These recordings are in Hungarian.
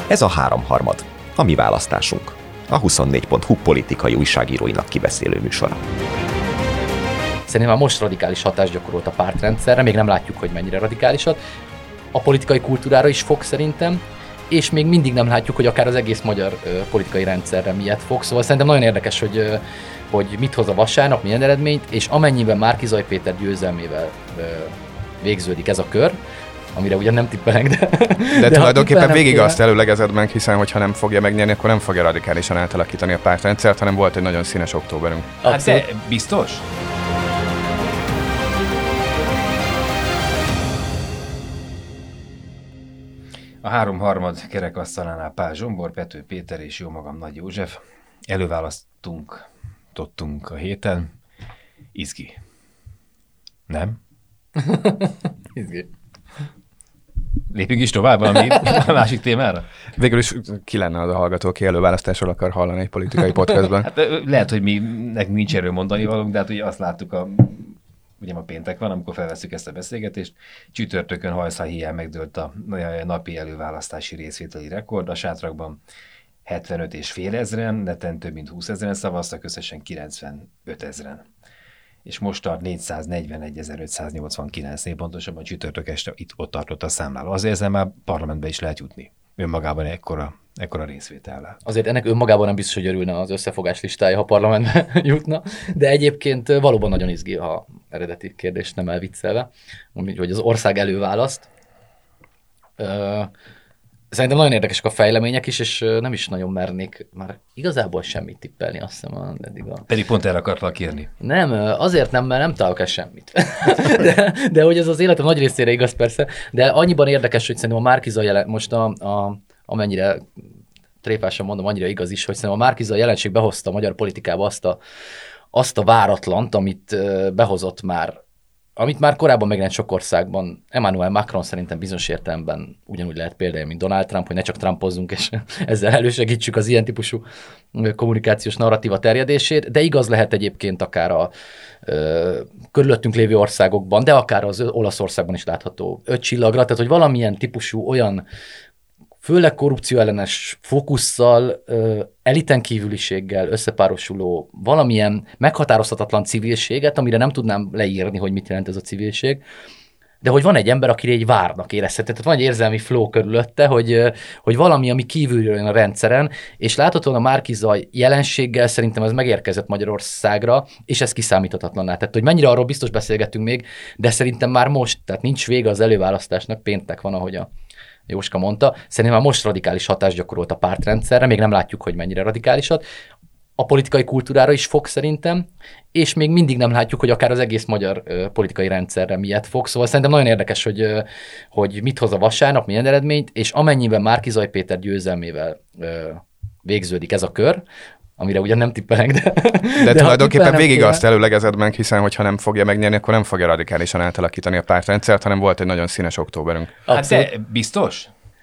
Ez a háromharmad, a mi választásunk, a 24.hu politikai újságíróinak kibeszélő műsora. Szerintem már most radikális hatást gyakorolt a pártrendszerre, még nem látjuk, hogy mennyire radikálisat. A politikai kultúrára is fog szerintem, és még mindig nem látjuk, hogy akár az egész magyar politikai rendszerre miért fog. Szóval szerintem nagyon érdekes, hogy mit hoz a vasárnap, milyen eredményt, és amennyiben Márki-Zay Péter győzelmével végződik ez a kör, amire ugyan nem tippelek, de tulajdonképpen végig azt előlegezed meg, hiszen hogyha nem fogja megnyerni, akkor nem fogja radikálisan átalakítani a pártrendszert, hanem volt egy nagyon színes októberünk. Hát de biztos? A háromharmad kerekasztalánál Pál Zsombor, Pető Péter és jó magam Nagy József. Tottunk a héten. Izgi. Nem? Izgi. Lépjünk is tovább valami a másik témára? Végül is ki lenne az a hallgató, aki előválasztásról akar hallani egy politikai podcastban? Hát lehet, hogy nekünk nincs erről mondani valónk, de hát ugye azt láttuk, ugye ma péntek van, amikor felveszük ezt a beszélgetést. Csütörtökön hajszálhíján megdőlt a napi előválasztási részvételi rekord. A sátrakban 75,5 ezren, neten több mint 20 ezeren szavaztak, összesen 95 ezren. És most tart 441.589-nél, pontosabban csütörtök este ott tartott a számláló. Azért ezzel már parlamentbe is lehet jutni. Önmagában ekkora részvétellel. Azért ennek önmagában nem biztos, hogy örülne az összefogás listája, ha parlamentbe jutna, de egyébként valóban nagyon izgi, ha eredeti kérdést nem elviccelve, hogy az ország előválaszt. Szerintem nagyon érdekesek a fejlemények is, és nem is nagyon mernék már igazából semmit tippelni, azt hiszem eddig Pedig pont erre akartlak kérni. Nem, azért nem, mert nem találok el semmit. de hogy ez az életem nagy részére igaz persze, de annyiban érdekes, hogy szerintem a Márki-Zay most amennyire tréfásan mondom, annyira igaz is, hogy szerintem a Márki-Zay jelenség behozta a magyar politikába azt a váratlant, amit behozott már, amit már korábban megjelent sok országban. Emmanuel Macron szerintem bizonyos értelemben ugyanúgy lehet példája, mint Donald Trump, hogy ne csak Trumpozzunk, és ezzel elősegítsük az ilyen típusú kommunikációs narratíva terjedését, de igaz lehet egyébként akár a körülöttünk lévő országokban, de akár az Olaszországban is látható 5 csillagra, tehát hogy valamilyen típusú olyan főleg korrupcióellenes fókusszal, eliten kívüliséggel összepárosuló valamilyen meghatározhatatlan civilséget, amire nem tudnám leírni, hogy mit jelent ez a civilség, de hogy van egy ember, akire egy várnak érezhető. Tehát van egy érzelmi flow körülötte, hogy valami, ami kívülről jön a rendszeren, és láthatóan a Márki-Zay jelenséggel szerintem ez megérkezett Magyarországra, és ez kiszámíthatatlanná. Tehát, hogy mennyire arról biztos beszélgetünk még, de szerintem már most, tehát nincs vége az előválasztásnak, péntek van, ahogy a Jóska mondta, szerintem már most radikális hatást gyakorolt a pártrendszerre, még nem látjuk, hogy mennyire radikálisat. A politikai kultúrára is fog szerintem, és még mindig nem látjuk, hogy akár az egész magyar politikai rendszerre miért fog. Szóval szerintem nagyon érdekes, hogy mit hoz a vasárnap, milyen eredményt, és amennyiben Márki-Zay Péter győzelmével végződik ez a kör, amire ugyan nem tippelek, de tulajdonképpen végig azt előlegezed meg, hiszen hogyha nem fogja megnyerni, akkor nem fogja radikálisan átalakítani a pártrendszert, hanem volt egy nagyon színes októberünk. Hát de biztos?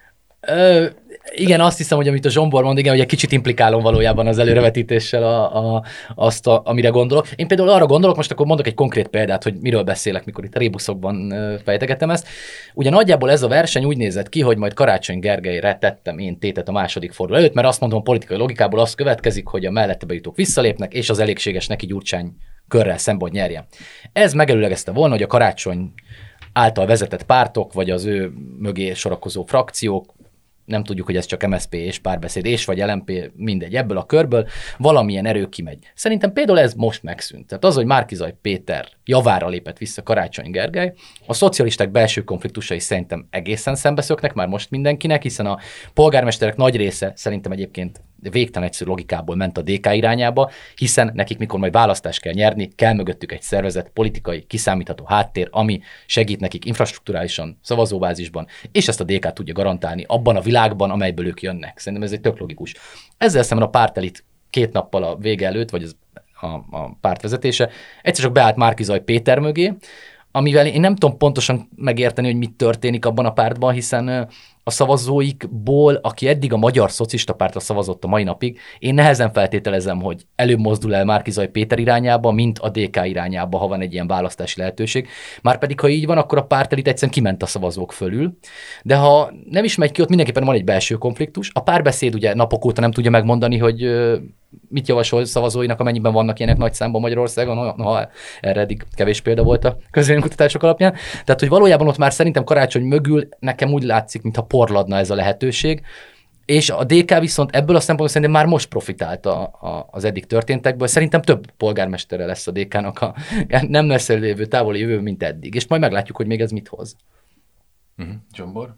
Igen, azt hiszem, hogy amit a Zsombor mond, igen, hogy egy kicsit implikálom valójában az előrevetítéssel azt, amire gondolok. Én például arra gondolok, most akkor mondok egy konkrét példát, hogy miről beszélek, mikor itt a rébuszokban fejtegetem ezt. Ugye nagyjából ez a verseny úgy nézett ki, hogy majd Karácsony Gergelyre tettem én tétet a második forduló előtt, mert azt mondom, politikai logikából az következik, hogy a mellette bejutók visszalépnek, és az elégséges neki Gyurcsány körrel szemben, hogy nyerjen. Ez megelőlegezte volna, hogy a Karácsony által vezetett pártok, vagy az ő mögé sorakozó frakciók, nem tudjuk, hogy ez csak MSZP és Párbeszéd és vagy LMP, mindegy, ebből a körből valamilyen erő kimegy. Szerintem például ez most megszűnt. Tehát az, hogy Márki-Zay Péter javára lépett vissza Karácsony Gergely, a szocialisták belső konfliktusai szerintem egészen szembeszöknek már most mindenkinek, hiszen a polgármesterek nagy része szerintem egyébként végtelen egyszerű logikából ment a DK irányába, hiszen nekik, mikor majd választást kell nyerni, kell mögöttük egy szervezet, politikai, kiszámítható háttér, ami segít nekik infrastrukturálisan, szavazóbázisban, és ezt a DK tudja garantálni abban a világban, amelyből ők jönnek. Szerintem ez egy tök logikus. Ezzel szemben a pártelit 2 nappal a vége előtt, vagy a pártvezetése, egyszer csak beállt Márki-Zay Péter mögé, amivel én nem tudom pontosan megérteni, hogy mit történik abban a pártban, hiszen a szavazóikból, aki eddig a Magyar Szocista Pártra szavazott a mai napig, én nehezen feltételezem, hogy előbb mozdul el Márki-Zay Péter irányába, mint a DK irányába, ha van egy ilyen választási lehetőség. Márpedig, ha így van, akkor a pártelit egyszerűen kiment a szavazók fölül. De ha nem is megy ki, ott mindenképpen van egy belső konfliktus. A párbeszéd ugye napok óta nem tudja megmondani, hogy mit javasol szavazóinak, amennyiben vannak ilyenek nagy számban Magyarországon, ha erre eddig kevés példa volt a közvéleménykutatások alapján. Tehát, hogy valójában ott már szerintem karácsony mögül nekem úgy látszik, mintha porladna ez a lehetőség, és a DK viszont ebből a szempontból szerintem már most profitált az eddig történtekből. Szerintem több polgármestere lesz a DK-nak a nem messze lévő távoli jövő, mint eddig. És majd meglátjuk, hogy még ez mit hoz. Zsombor?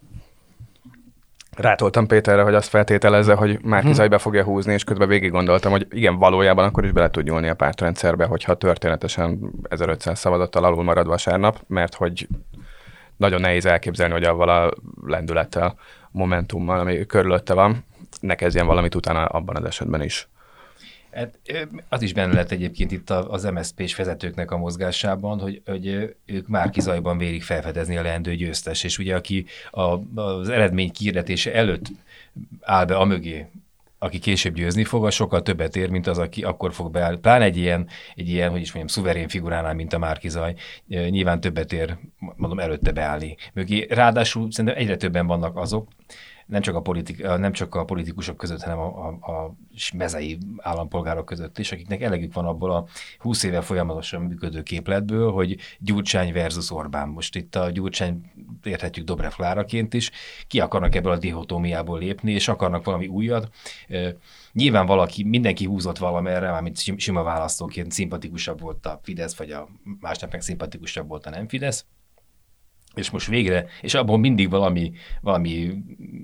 Rátoltam Péterre, hogy azt feltételezze, hogy Márki-Zay be fogja húzni, és közben végig gondoltam, hogy igen, valójában akkor is bele tud nyúlni a pártrendszerbe, hogyha történetesen 1500 szavazattal alul marad vasárnap, mert hogy nagyon nehéz elképzelni, hogy avval a lendülettel, momentummal, ami körülötte van, ne kezdjen valamit utána abban az esetben is. Hát, az is benne lett egyébként itt az MSZP-s vezetőknek a mozgásában, hogy ők Márki-Zayban vérik felfedezni a leendő győztes, és ugye aki az eredmény kiirdetése előtt áll be amögé, aki később győzni fog, az sokkal többet ér, mint az, aki akkor fog beállni. Pláne egy ilyen, hogy is mondjam, szuverén figuránál, mint a Márki-Zay, nyilván többet ér, mondom, előtte beállni mögé. Ráadásul szerintem egyre többen vannak azok, nem csak a politikusok között, hanem a mezei állampolgárok között is, akiknek elegük van abból a 20 éve folyamatosan működő képletből, hogy Gyurcsány versus Orbán. Most itt a Gyurcsány érthetjük Dobrev Kláraként is, ki akarnak ebből a dihotómiából lépni, és akarnak valami újat. Nyilván mindenki húzott valamerre, mármint sima választóként szimpatikusabb volt a Fidesz, vagy a másnap meg szimpatikusabb volt a nem Fidesz. És most végre, és abból mindig valami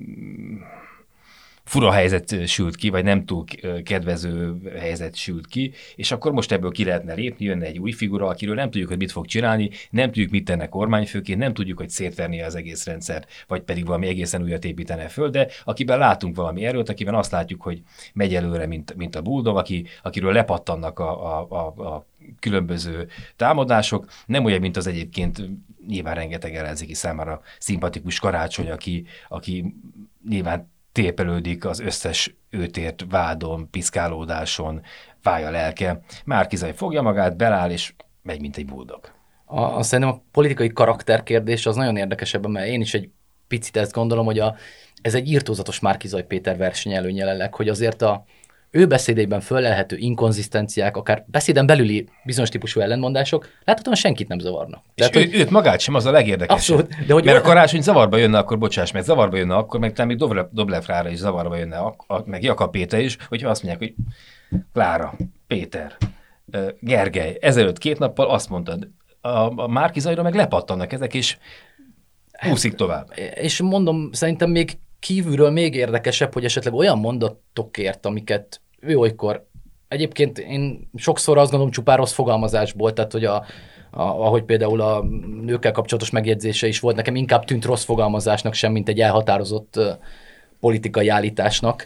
fura helyzet sült ki, vagy nem túl kedvező helyzet sült ki, és akkor most ebből ki lehetne lépni, jönne egy új figura, akiről nem tudjuk, hogy mit fog csinálni, nem tudjuk, mit tenne kormányfőként, nem tudjuk, hogy szétverni az egész rendszert, vagy pedig valami egészen újat építene föl, de akiben látunk valami erőt, akiben azt látjuk, hogy megy előre, mint a buldog, akiről lepattannak a különböző támadások, nem olyan, mint az egyébként nyilván rengeteg ellenzéki számára szimpatikus Karácsony, aki nyilván tépelődik az összes őtért vádon, piszkálódáson, fáj a lelke. Márki-Zay fogja magát, beláll, és megy, mint egy buldog. Szerintem a politikai karakterkérdés az nagyon érdekes ebben, mert én is egy picit ezt gondolom, hogy ez egy irtózatos Márki-Zay Péter versenyelőny jelenleg, hogy azért ő beszédeiben föllelhető inkonzisztenciák, akár beszéden belüli bizonyos típusú ellentmondások, láthatóan senkit nem zavarnak. És őt magát sem, az a legérdekesebb. Abszolút. De hogy mert a Karácsony zavarba jönne, akkor bocsáss meg, zavarba jönne akkor, meg talán még Dobrev Klára is zavarba jönne, meg Jakab Péter is, hogyha azt mondják, hogy Klára, Péter, Gergely, ezelőtt 2 nappal azt mondtad, a Márki-Zayra meg lepattannak ezek, és húszik tovább. És mondom, szerintem még kívülről még érdekesebb, hogy esetleg olyan mondatokért, amiket ő olykor, egyébként én sokszor azt gondolom csupán rossz fogalmazásból, tehát hogy ahogy például a nőkkel kapcsolatos megjegyzése is volt, nekem inkább tűnt rossz fogalmazásnak sem, mint egy elhatározott politikai állításnak.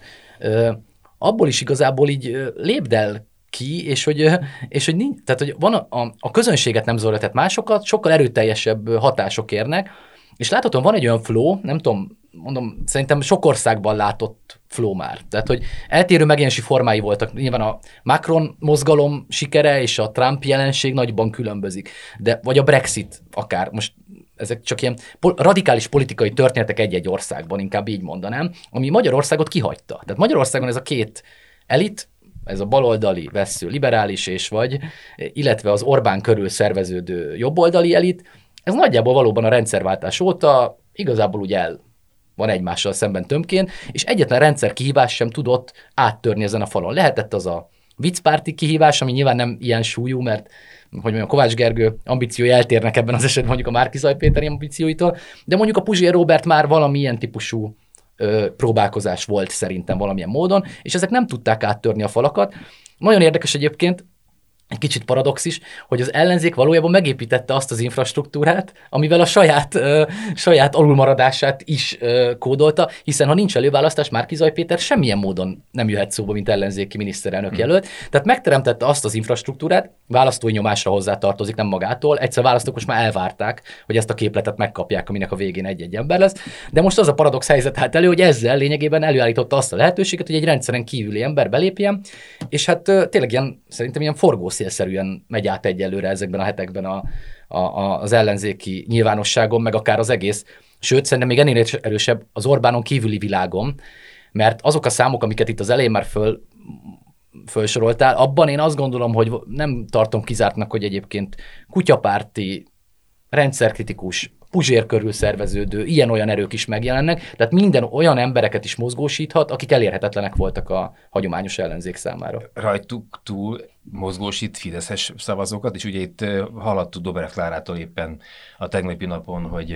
Abból is igazából így lépd el ki, és hogy nincs, tehát hogy van a közönséget nem zavarja, tehát másokat sokkal erőteljesebb hatások érnek, és láthatóan van egy olyan flow, nem tudom, mondom, szerintem sok országban látott flow már. Tehát, hogy eltérő megjelenési formái voltak. Nyilván a Macron mozgalom sikere és a Trump jelenség nagyban különbözik. Vagy a Brexit akár. Most ezek csak ilyen radikális politikai történetek egy-egy országban, inkább így mondanám, ami Magyarországot kihagyta. Tehát Magyarországon ez a 2 elit, ez a baloldali vessző liberális illetve az Orbán körül szerveződő jobboldali elit, ez nagyjából valóban a rendszerváltás óta igazából úgy van egymással szemben tömként, és egyetlen rendszer kihívás sem tudott áttörni ezen a falon. Lehetett az a viccpárti kihívás, ami nyilván nem ilyen súlyú, mert hogy mondjam, Kovács Gergő ambíciói eltérnek ebben az esetben mondjuk a Márki-Zay Péter ambícióitól, de mondjuk a Puzsér Róbert már valamilyen típusú próbálkozás volt szerintem valamilyen módon, és ezek nem tudták áttörni a falakat. Nagyon érdekes egyébként, egy kicsit paradoxis, hogy az ellenzék valójában megépítette azt az infrastruktúrát, amivel a saját alulmaradását is kódolta, hiszen ha nincs előválasztás, Márki-Zay Péter semmilyen módon nem jöhet szóba, mint ellenzéki miniszterelnök jelölt. Tehát megteremtette azt az infrastruktúrát, választói nyomásra hozzátartozik, nem magától. Egyszer választók most már elvárták, hogy ezt a képletet megkapják, aminek a végén egy-egy ember lesz. De most az a paradox helyzet állt elő, hogy ezzel lényegében előállította azt a lehetőséget, hogy egy rendszeren kívüli ember belépjen, és hát tényleg szerintem ilyen forgószélszerűen megy át egyelőre ezekben a hetekben az ellenzéki nyilvánosságon, meg akár az egész. Sőt, szerintem még ennél erősebb az Orbánon kívüli világon, mert azok a számok, amiket itt az elején már fölsoroltál, abban én azt gondolom, hogy nem tartom kizártnak, hogy egyébként kutyapárti, rendszerkritikus, Puzsér körül szerveződő, ilyen-olyan erők is megjelennek, tehát minden olyan embereket is mozgósíthat, akik elérhetetlenek voltak a hagyományos ellenzék számára. Rajtuk túl mozgósít fideszes szavazókat, és ugye itt hallottuk Dobrev Klárától éppen a tegnapi napon, hogy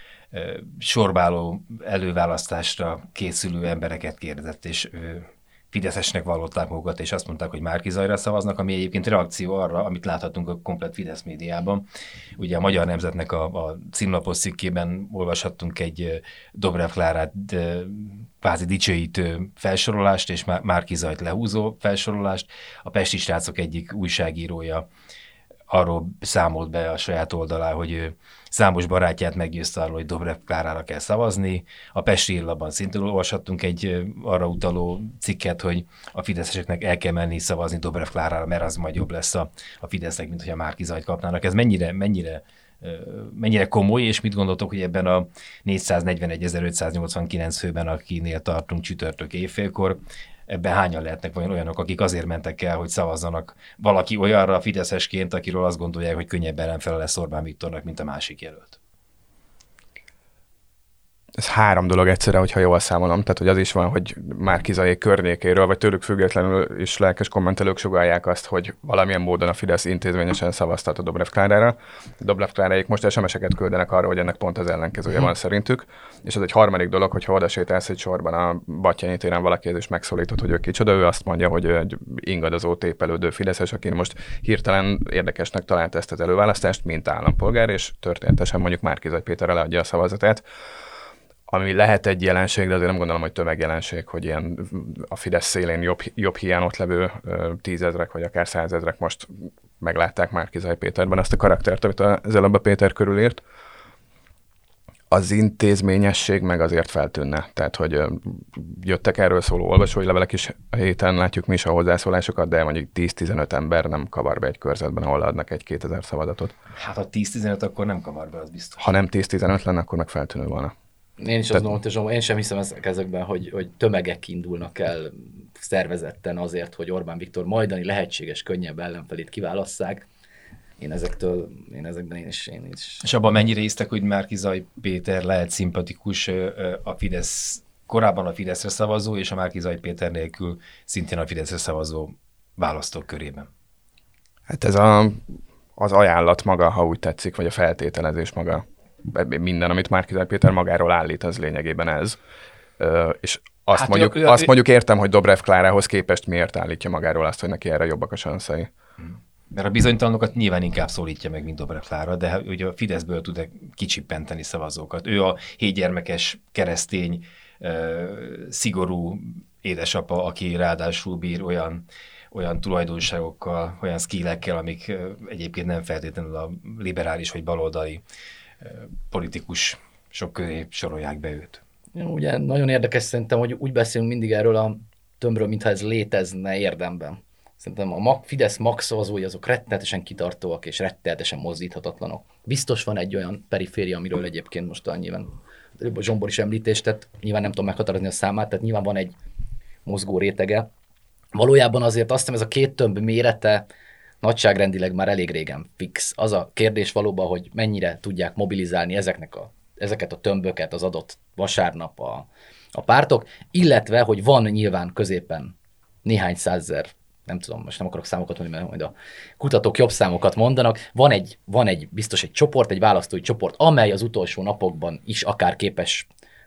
sorbáló előválasztásra készülő embereket kérdezett, és fideszesnek vallották magukat, és azt mondták, hogy Márki-Zayra szavaznak, ami egyébként reakció arra, amit láthatunk a komplett Fidesz médiában. Ugye a Magyar Nemzetnek a címlapos cikkében olvashattunk egy Dobrev Klárát kvázi dicsőítő felsorolást, és Márki-Zayt lehúzó felsorolást. A Pesti Srácok egyik újságírója arról számolt be a saját oldalán, hogy ő számos barátját meggyőzte arról, hogy Dobrev Klárára kell szavazni. A Pesti Hírlapban szintén olvashattunk egy arra utaló cikket, hogy a fideszeseknek el kell menni szavazni Dobrev Klárára, mert az majd jobb lesz a Fidesznek, mint hogy a Márki-Zayt kapnának. Ez mennyire komoly, és mit gondoltok, hogy ebben a 441.589 főben, akinél tartunk csütörtök éjfélkor, ebben hányan lehetnek olyanok, akik azért mentek el, hogy szavazzanak valaki olyanra fideszesként, akiről azt gondolják, hogy könnyebb ellenfele lesz Orbán Viktornak, mint a másik jelölt? Ez három dolog egyszerre, hogyha jól számolom. Tehát, hogy az is van, hogy Márki-Zay környékéről, vagy tőlük függetlenül is lelkes kommentelők sugallják azt, hogy valamilyen módon a Fidesz intézményesen szavaztat a Dobrev Klárára. Dobrev Kláráék most SMS-eket küldenek arra, hogy ennek pont az ellenkezője van szerintük. És az egy harmadik dolog, hogyha oda sétálsz egy sorban a Batthyány téren valaki és megszólított, hogy ő kicsoda, ő azt mondja, hogy egy ingadozó, tépelődő fideszes, aki most hirtelen érdekesnek találta ezt az előválasztást, mint állampolgár, és történetesen mondjuk Márki-Zay Péter eladja a szavazatát. Ami lehet egy jelenség, de azért nem gondolom, hogy tömegjelenség, hogy ilyen a Fidesz szélén jobb hiány ott levő 10 000 vagy akár 100 000 most meglátták Márki-Zay Péterben azt a karaktert, amit az előbb a Péter körülírt. Az intézményesség meg azért feltűnne. Tehát, hogy jöttek erről szóló olvasói levelek is a héten, látjuk mi is a hozzászólásokat, de mondjuk 10-15 ember nem kavar be egy körzetben, ahol adnak egy 2000 szavazatot. Hát ha 10-15, akkor nem kavar be, az biztos. Ha nem 10-15 lenne, akkor meg feltűnő volna. Én is azt gondolom, én sem hiszem ezekben, hogy tömegek indulnak el szervezetten azért, hogy Orbán Viktor majdani lehetséges, könnyebb ellenfelét kiválasszák. Én ezekben én is. És abban mennyire hisztek, hogy Márki-Zay Péter lehet szimpatikus a Fidesz, korábban a Fideszre szavazó, és a Márki-Zay Péter nélkül szintén a Fideszre szavazó választók körében? Hát ez az ajánlat maga, ha úgy tetszik, vagy a feltételezés maga. Minden, amit Márki-Zay Péter magáról állít, az lényegében ez. És azt, azt mondjuk értem, hogy Dobrev Klárához képest miért állítja magáról azt, hogy neki erre jobbak a sanszai. Mert a bizonytalanokat nyilván inkább szólítja meg, mint Dobrev Klára, de ugye a Fideszből tud kicsippenteni szavazókat. Ő a 7 gyermekes, keresztény, szigorú édesapa, aki ráadásul bír olyan tulajdonságokkal, olyan skillekkel, amik egyébként nem feltétlenül a liberális vagy baloldali politikus sok köré sorolják be őt. Ugye nagyon érdekes szerintem, hogy úgy beszélünk mindig erről a tömbről, mintha ez létezne érdemben. Szerintem a Fidesz max szavazói azok rettenetesen kitartóak és rettenetesen mozdíthatatlanok. Biztos van egy olyan periféria, amiről egyébként most nyilván Zsombor is említést tett, nyilván nem tudom meghatározni a számát, tehát nyilván van egy mozgó rétege. Valójában azért azt hiszem, ez a két tömb mérete nagyságrendileg már elég régen fix. Az a kérdés valóban, hogy mennyire tudják mobilizálni ezeket a tömböket az adott vasárnap a pártok, illetve, hogy van nyilván középen néhány százezer, nem tudom, most nem akarok számokat mondani, mert majd a kutatók jobb számokat mondanak, van egy biztos egy csoport, egy választói csoport, amely az utolsó napokban is akár képes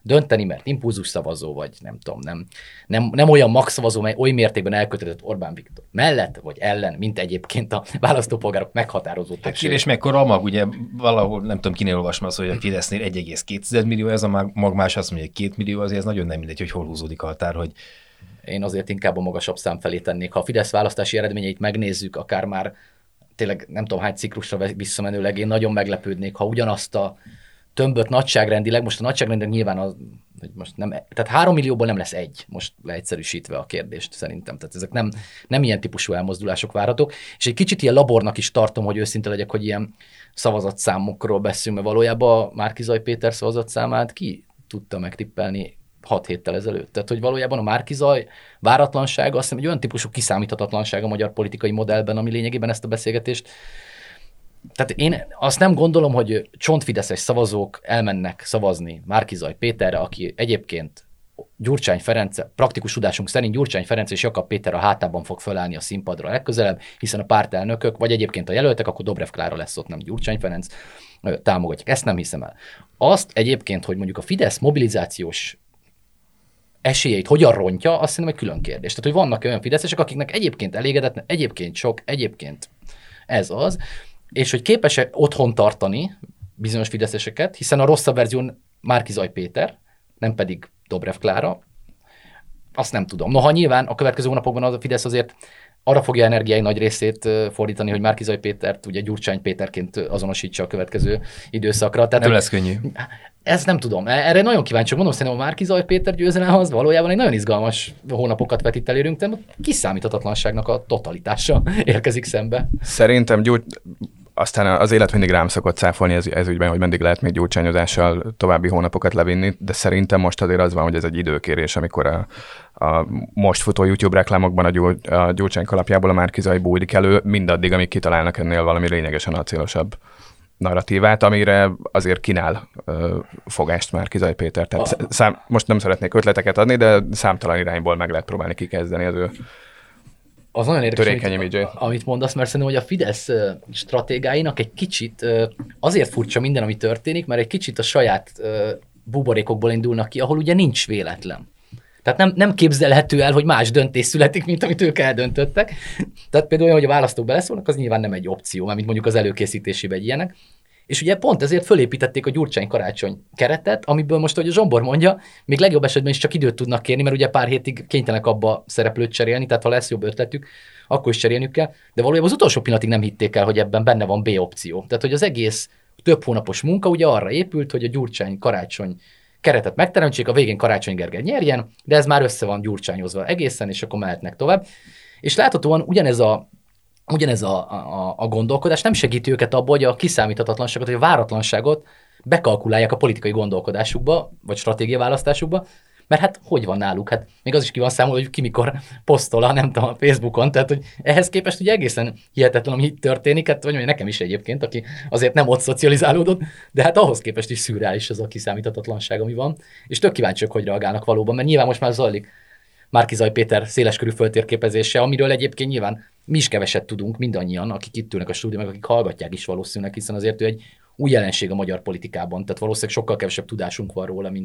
dönteni, mert impulzus szavazó, vagy nem tudom, nem olyan max szavazó, mely oly mértékben elkötelezett Orbán Viktor mellett, vagy ellen, mint egyébként a választópolgárok meghatározó többsége. És mekkora a mag, ugye valahol, nem tudom, kinél olvasma az, hogy a Fidesznél 1,2 millió, ez a mag, más azt mondja, hogy 2 millió, azért ez nagyon nem mindegy, hogy hol húzódik a határ, hogy én azért inkább a magasabb szám felé tennék. Ha a Fidesz választási eredményeit megnézzük, akár már tényleg nem tudom hány ciklusra visszamenőleg, én nagyon meglepődnék, ha ugyanazt a tömböt nagyságrendileg, most a nagyságrendileg nyilván az, hogy most nem, tehát 3 millióból nem lesz egy, most leegyszerűsítve a kérdést szerintem. Tehát ezek nem ilyen típusú elmozdulások várhatók, és egy kicsit ilyen labornak is tartom, hogy őszinte legyek, hogy ilyen szavazatszámokról beszélünk, mert valójában Márki-Zay Péter szavazatszámát ki tudta megtippelni 6 héttel ezelőtt. Tehát, hogy valójában a Márki-Zay váratlansága, azt hiszem, egy olyan típusú kiszámíthatatlanság a magyar politikai modellben, ami lényegében ezt a beszélgetést. Tehát én azt nem gondolom, hogy csontfideszes szavazók elmennek szavazni Márki-Zay Péterre, aki egyébként Gyurcsány Ferenc, praktikus tudásunk szerint Gyurcsány Ferenc és Jakab Péter a hátában fog fölállni a színpadra legközelebb, hiszen a pártelnökök, vagy egyébként a jelöltek, akkor Dobrev Klára lesz ott, nem Gyurcsány Ferenc, támogatják. Ezt nem hiszem el. Azt egyébként, hogy mondjuk a Fidesz mobilizációs esélyeit hogyan rontja, azt szerintem egy külön kérdés. Tehát, hogy vannak olyan fideszesek, akiknek egyébként elégedetlen, egyébként sok, egyébként ez az, és hogy képes-e otthon tartani bizonyos fideszeseket, hiszen a rosszabb verzió Márki-Zay Péter, nem pedig Dobrev Klára, azt nem tudom. Noha nyilván a következő hónapokban a Fidesz azért arra fogja energiái nagy részét fordítani, hogy Márki-Zay Pétert ugye Gyurcsány Péterként azonosítsa a következő időszakra. Tehát, nem lesz könnyű. Ezt nem tudom. Erre nagyon kíváncsi. Mondom, szerintem a Márki-Zay Péter győzelem az valójában egy nagyon izgalmas hónapokat vetít elérünk, de kiszámíthatatlanságnak a totalitása érkezik szembe. Szerintem aztán az élet mindig rám szokott cáfolni ez ügyben, hogy mindig lehet még gyurcsányozással további hónapokat levinni, de szerintem most azért az van, hogy ez egy időkérés, amikor a most futó YouTube reklámokban a Gyurcsány kalapjából a Márki-Zay bújik elő, mindaddig, amíg kitalálnak ennél valami lényegesen acélosabb narratívát, amire azért kínál fogást Márki-Zay Péter. Tehát most nem szeretnék ötleteket adni, de számtalan irányból meg lehet próbálni kikezdeni az ő az nagyon érdekes, amit mondasz, mert szerintem, hogy a Fidesz stratégáinak egy kicsit azért furcsa minden, ami történik, mert egy kicsit a saját buborékokból indulnak ki, ahol ugye nincs véletlen. Tehát nem képzelhető el, hogy más döntés születik, mint amit ők eldöntöttek. Tehát például olyan, hogy a választók beleszólnak, az nyilván nem egy opció, mint mondjuk az előkészítésében egy ilyenek. És ugye pont ezért fölépítették a Gyurcsány-Karácsony keretet, amiből most, ahogy a Zsombor mondja, még legjobb esetben is csak időt tudnak kérni, mert ugye pár hétig kénytelenek abba szereplőt cserélni, tehát ha lesz jobb ötletük, akkor is cserélniük kell. De valójában az utolsó pillanatig nem hitték el, hogy ebben benne van B opció. Tehát, hogy az egész több hónapos munka ugye arra épült, hogy a Gyurcsány-Karácsony keretet megteremtsék, a végén Karácsony Gergely nyerjen, de ez már össze van gyurcsányozva egészen, és akkor mehetnek tovább. És láthatóan ugyanez a gondolkodás nem segíti őket abban, hogy a kiszámíthatatlanságot, vagy a váratlanságot bekalkulálják a politikai gondolkodásukba, vagy stratégiaválasztásukba, mert hát hogy van náluk? Hát még az is ki van számolva, hogy ki mikor posztol nem tudom, a Facebookon, tehát hogy ehhez képest ugye egészen hihetetlen, ami itt történik, hát vagy mondja, nekem is egyébként, aki azért nem ott szocializálódott, de hát ahhoz képest is szürreális az a kiszámíthatatlanság, ami van, és tök kíváncsiak, hogy reagálnak valóban, mert nyilván most már zajlik Márki-Zay Péter széleskörű föltérképezése, amiről egyébként nyilván mi is keveset tudunk, mindannyian, akik itt ülnek a stúdióban, akik hallgatják is valószínűleg, hiszen azért ő egy új jelenség a magyar politikában, tehát valószínűleg sokkal kevesebb tudásunk van róla,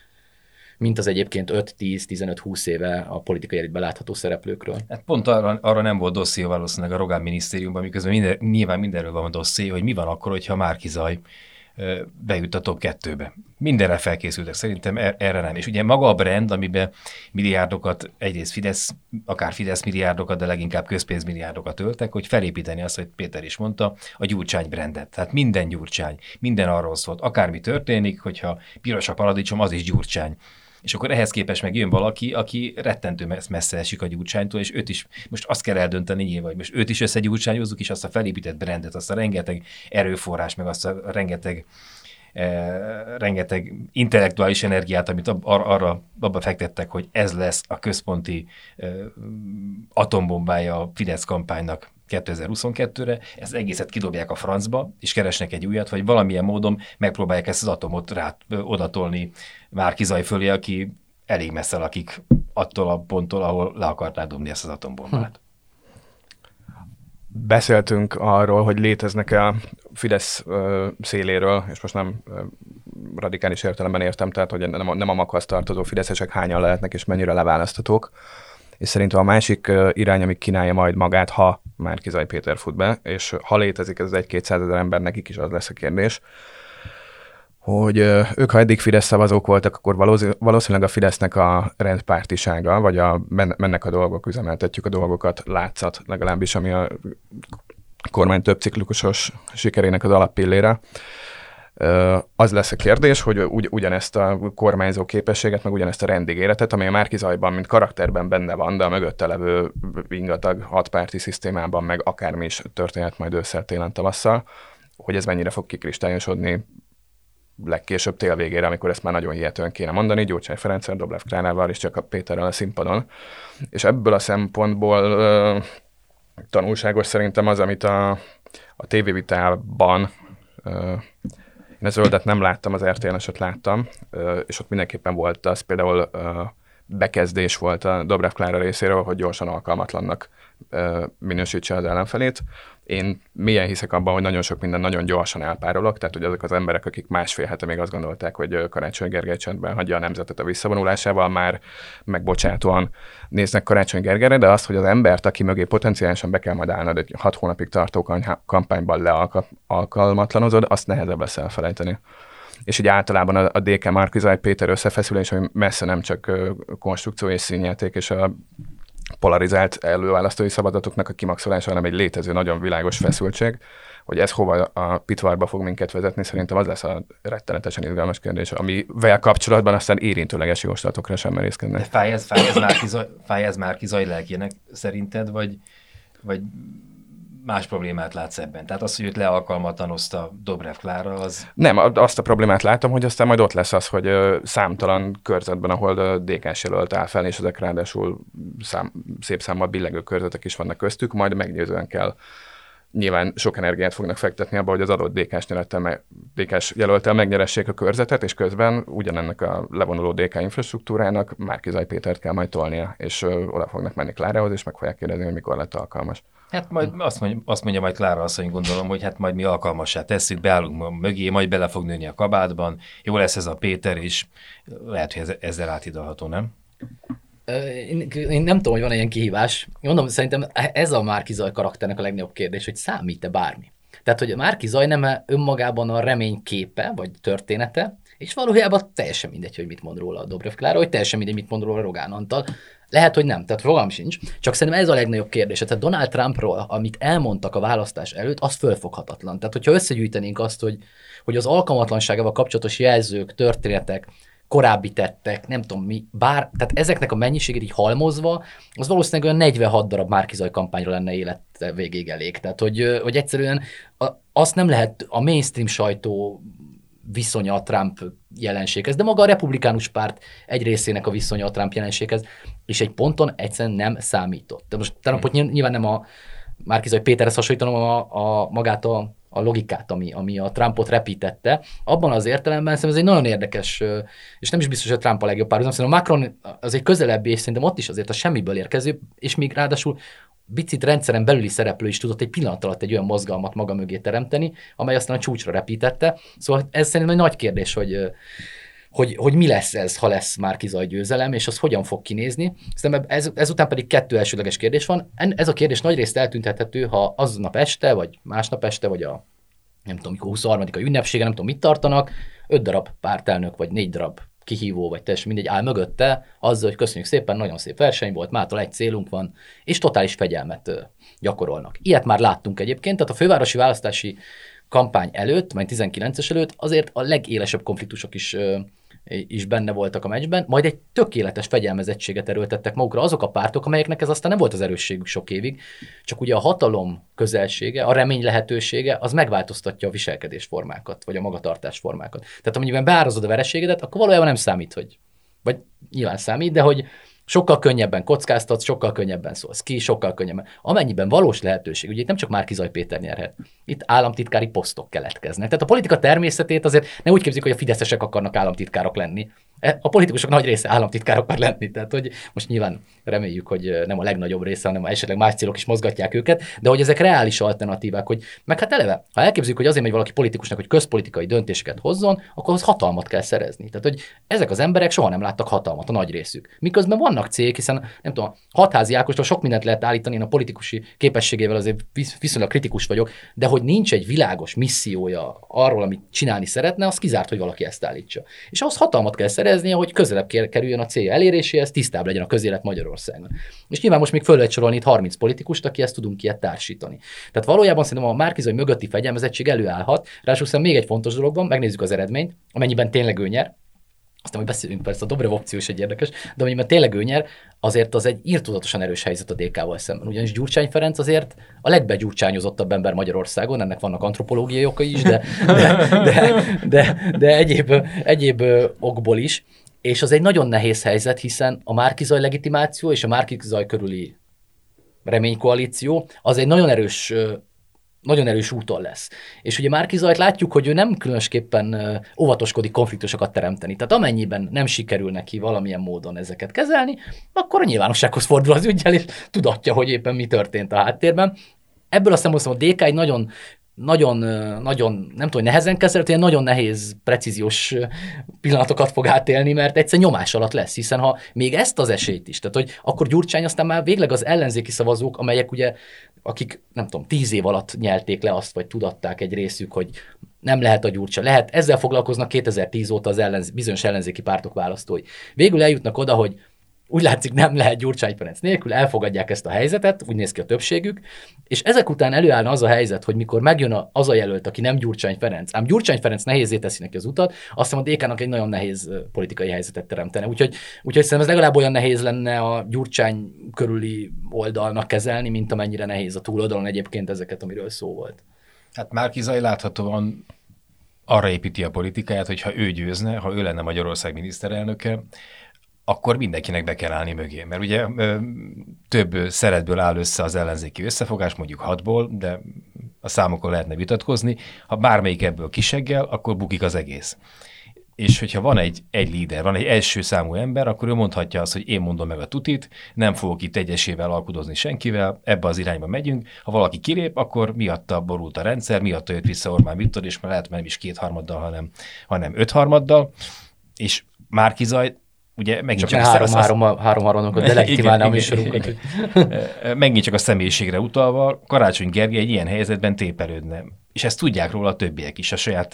mint az egyébként 5-10-15-20 éve a politikai életben látható szereplőkről. Hát pont arra nem volt dosszié valószínűleg a Rogán minisztériumban, miközben nyilván mindenről van a dosszié, hogy mi van akkor, hogyha Márki-Zay bejut a top 2-be. Mindenre felkészültek, szerintem erre nem. És ugye maga a brand, amiben milliárdokat, egyrészt Fidesz, akár Fidesz milliárdokat, de leginkább közpénzmilliárdokat öltek, hogy felépíteni azt, hogy Péter is mondta, a Gyurcsány brandet. Tehát minden Gyurcsány, minden arról szólt. Akármi történik, hogyha piros a paradicsom, az is Gyurcsány. És akkor ehhez képest meg jön valaki, aki rettentő messze esik a Gyurcsánytól, és őt is most azt kell eldönteni nyilván, hogy most őt is összegyurcsányozzuk, és azt a felépített brandet, azt a rengeteg erőforrás, meg azt a rengeteg intellektuális energiát, amit abba fektettek, hogy ez lesz a központi atombombája a Fidesz kampánynak 2022-re, ezt egészet kidobják a francba, és keresnek egy újat, vagy valamilyen módon megpróbálják ezt az atomot odatolni Márki-Zay fölé, aki elég messze lakik attól a ponttól, ahol le akarták dobni ezt az atombombát. Beszéltünk arról, hogy léteznek a Fidesz széléről, és most nem radikális értelemben értem, tehát hogy nem a maghoz tartozó fideszesek hányan lehetnek és mennyire leválasztatók. És szerintem a másik irány, ami kínálja majd magát, ha Márki-Zay Péter fut be, és ha létezik ez 1-200 ezer ember, nekik is az lesz a kérdés, hogy ők, ha eddig Fidesz szavazók voltak, akkor valószínűleg a Fidesznek a rendpártisága, vagy mennek a dolgok, üzemeltetjük a dolgokat, látszat legalábbis, ami a kormány több ciklusos sikerének az alappillére. Az lesz a kérdés, hogy ugyanezt a kormányzó képességet, meg ugyanezt a rendigéretet, ami a Márki-Zayban, mint karakterben benne van, de a mögötte levő ingatag hatpárti szisztémában, meg akármi is történhet majd ősszel, télen, tavasszal, hogy ez mennyire fog kikristályosodni legkésőbb tél végére, amikor ezt már nagyon hihetően kéne mondani, Gyurcsány Ferenccel, Dobrev Klárával és csak a Péterrel a színpadon. És ebből a szempontból tanulságos szerintem az, amit a tévévitában én a Zöldet nem láttam, az RTL-eset láttam, és ott mindenképpen volt az, például bekezdés volt a Dobrev Klára részéről, hogy gyorsan alkalmatlannak minősítse az ellenfelét. Én mélyen hiszek abban, hogy nagyon sok minden nagyon gyorsan elpárolog, tehát hogy azok az emberek, akik másfél hete még azt gondolták, hogy Karácsony Gergely csendben hagyja a nemzetet a visszavonulásával, már megbocsátóan néznek Karácsony Gergelyre, de azt, hogy az embert, aki mögé potenciálisan be kell majd állnod egy 6 hónapig tartó kampányban lealkalmatlanozod, azt nehezebb lesz elfelejteni. És így általában a DK Márki-Zay Péter összefeszülés, ami messze nem csak konstrukció és színjáték, és a polarizált előválasztói szavazatuknak a kimaxolása, hanem egy létező, nagyon világos feszültség, hogy ez hova a pitvarba fog minket vezetni, szerintem az lesz a rettenetesen izgalmas kérdés, amivel kapcsolatban aztán érintőleges jóslatokra sem merészkednek. De fáj ez Márki-Zay lelkének szerinted, vagy más problémát látsz ebben? Tehát az, hogy őt lealkalmatlanozta Dobrev Klára, az... Nem, azt a problémát látom, hogy aztán majd ott lesz az, hogy számtalan körzetben, ahol DK-s jelölt áll fel, és ezek ráadásul szép számmal billegő körzetek is vannak köztük, majd meggyőzően kell. Nyilván sok energiát fognak fektetni abba, hogy az adott DK-s jelölttel megnyeressék a körzetet, és közben ugyanennek a levonuló DK infrastruktúrának Márki-Zay Pétert kell majd tolnia, és oda fognak menni Klárához, és meg fogják kérdezni, hogy mikor lett alkalmas. Hát majd azt mondja majd Klára asszony, gondolom, hogy hát majd mi alkalmassá tesszük, beállunk mögé, majd bele fog nőni a kabátban, jó lesz ez a Péter is, lehet, hogy ezzel átidalható, nem? Én nem tudom, hogy van ilyen kihívás. Mondom, szerintem ez a Márki-Zay karakternek a legnagyobb kérdés, hogy számít-e bármi. Tehát, hogy a Márki-Zay nem önmagában a remény képe, vagy története, és valójában teljesen mindegy, hogy mit mond róla a Dobrev Klára, hogy teljesen mindegy, mit mond róla Rogán Antal. Lehet, hogy nem, tehát fogalmam sincs. Csak szerintem ez a legnagyobb kérdés. Tehát Donald Trumpról, amit elmondtak a választás előtt, az fölfoghatatlan. Tehát, hogyha összegyűjtenénk azt, hogy az alkalmatlanságával kapcsolatos jelzők, történetek, korábbi tettek, nem tudom mi, tehát ezeknek a mennyiségét így halmozva, az valószínűleg olyan 46 darab Márki-Zay kampányra lenne élet végéig elég. Tehát, hogy egyszerűen azt nem lehet a mainstream sajtó viszonya a Trump jelenséghez, de maga a republikánus párt egy részének a viszonya a Trump jelenséghez, és egy ponton egyszerűen nem számított. De most Trumpot nyilván nem a Márki-Zay Péterhez hasonlítanom magát a logikát, ami a Trumpot repítette. Abban az értelemben szerintem ez egy nagyon érdekes, és nem is biztos, hogy a Trump a legjobb párhuzam, szerintem a Macron az egy közelebbi, és szerintem ott is azért a semmiből érkező, és még ráadásul picit rendszeren belüli szereplő is tudott egy pillanat alatt egy olyan mozgalmat maga mögé teremteni, amely aztán a csúcsra repítette. Szóval ez szerintem egy nagy kérdés, hogy mi lesz ez, ha lesz Márki-Zay győzelem, és az hogyan fog kinézni. Szerintem ezután pedig 2 elsődleges kérdés van. Ez a kérdés nagyrészt eltűnhethető, ha aznap este, vagy másnap este, vagy a nem tudom, mikor 23-a ünnepsége, nem tudom, mit tartanak, 5 darab pártelnök, vagy 4 darab kihívó, vagy teljesen mindegy áll mögötte, azzal, hogy köszönjük szépen, nagyon szép verseny volt, mától egy célunk van, és totális fegyelmet gyakorolnak. Ilyet már láttunk egyébként, tehát a fővárosi választási kampány előtt, majd 19-es előtt azért a legélesebb konfliktusok is benne voltak a meccsben, majd egy tökéletes fegyelmezettséget erőltettek magukra azok a pártok, amelyeknek ez aztán nem volt az erősségük sok évig, csak ugye a hatalom közelsége, a remény lehetősége, az megváltoztatja a viselkedésformákat, vagy a magatartásformákat. Tehát amennyiben beárazod a vereségedet, akkor valójában nem számít, vagy nyilván számít, de hogy sokkal könnyebben kockáztatsz, sokkal könnyebben szólsz ki, sokkal könnyebben. Amennyiben valós lehetőség, ugye itt nem csak Márki-Zay Péter nyerhet, itt államtitkári posztok keletkeznek. Tehát a politika természetét azért ne úgy képzik, hogy a fideszesek akarnak államtitkárok lenni, A politikusok nagy része államtitkár akar lenni, tehát hogy most nyilván reméljük, hogy nem a legnagyobb része, hanem esetleg más célok is mozgatják őket, de hogy ezek reális alternatívák, hogy meg hát eleve, ha elképzeljük, hogy azért megy valaki politikusnak, hogy közpolitikai döntéseket hozzon, akkor az hatalmat kell szerezni. Tehát, hogy ezek az emberek soha nem láttak hatalmat, a nagy részük. Miközben vannak cégek, hiszen nem tudom, Hatházi Ákostól sok mindent lehet állítani, én a politikusi képességével azért viszonylag kritikus vagyok, de hogy nincs egy világos missziója arról, amit csinálni szeretne, az kizárt, hogy valaki ezt állítsa. És ahhoz hatalmat kell szereznie, hogy közelebb kerüljön a célja eléréséhez, tisztább legyen a közélet Magyarországon. És nyilván most még föl lehet sorolni itt 30 politikust, akihez tudunk ilyet társítani. Tehát valójában szerintem a Márki-Zay mögötti fegyelmezettség előállhat. Ráadásul még egy fontos dolog van, megnézzük az eredményt, amennyiben tényleg ő nyer. Aztán, hogy beszélünk, persze a Dobrev opció is egy érdekes, de amennyiben tényleg ő nyer, azért az egy irtózatosan erős helyzet a DK-val szemben. Ugyanis Gyurcsány Ferenc azért a legbegyurcsányozottabb ember Magyarországon, ennek vannak antropológiai okai is, de egyéb okból is. És az egy nagyon nehéz helyzet, hiszen a Márki-Zay legitimáció és a Márki-Zay körüli reménykoalíció az egy nagyon erős úton lesz. És ugye Márki-Zayt látjuk, hogy ő nem különösképpen óvatoskodik konfliktusokat teremteni. Tehát amennyiben nem sikerül neki valamilyen módon ezeket kezelni, akkor a nyilvánossághoz fordul az üggyel, és tudatja, hogy éppen mi történt a háttérben. Ebből azt hiszem, hogy a DK egy nagyon, nem tudom, nehezen kezelhető, ilyen nagyon nehéz, precíziós pillanatokat fog átélni, mert egyszer nyomás alatt lesz, hiszen ha még ezt az esélyt is, tehát hogy akkor Gyurcsány aztán már végleg az ellenzéki szavazók, amelyek ugye, akik nem tudom, 10 év alatt nyelték le azt, vagy tudatták egy részük, hogy nem lehet a Gyurcsány, lehet, ezzel foglalkoznak 2010 óta az bizonyos ellenzéki pártok választói. Végül eljutnak oda, hogy úgy látszik, nem lehet Gyurcsány Ferenc nélkül, elfogadják ezt a helyzetet, úgy néz ki a többségük, és ezek után előállna az a helyzet, hogy mikor megjön az a jelölt, aki nem Gyurcsány Ferenc, ám Gyurcsány Ferenc nehézé teszi neki az utat, azt hiszem a DK-nak egy nagyon nehéz politikai helyzetet teremtene. Úgyhogy szerintem ez legalább olyan nehéz lenne a Gyurcsány körüli oldalnak kezelni, mint amennyire nehéz a túloldalon egyébként ezeket, amiről szó volt. Hát Márki-Zay láthatóan arra építi a politikáját, hogy ha ő győzne, ha ő lenne Magyarország miniszterelnöke, akkor mindenkinek be kell állni mögé. Mert ugye több szeretből áll össze az ellenzéki összefogás, mondjuk 6-ból, de a számokon lehetne vitatkozni. Ha bármelyik ebből kiseggel, akkor bukik az egész. És hogyha van egy líder, van egy első számú ember, akkor ő mondhatja azt, hogy én mondom meg a tutit, nem fogok itt egyesével alkudozni senkivel, ebbe az irányba megyünk. Ha valaki kilép, akkor miatta borult a rendszer, miatta jött vissza Orbán Viktor, és már lehet nem is 2/3, hanem 5/3. És Márki-Zay ugye megint csak három-harmadokat delegitimálná a műsorunkat. Megint csak a személyiségre utalva, Karácsony Gergely egy ilyen helyzetben tépelődne. És ezt tudják róla a többiek is, a saját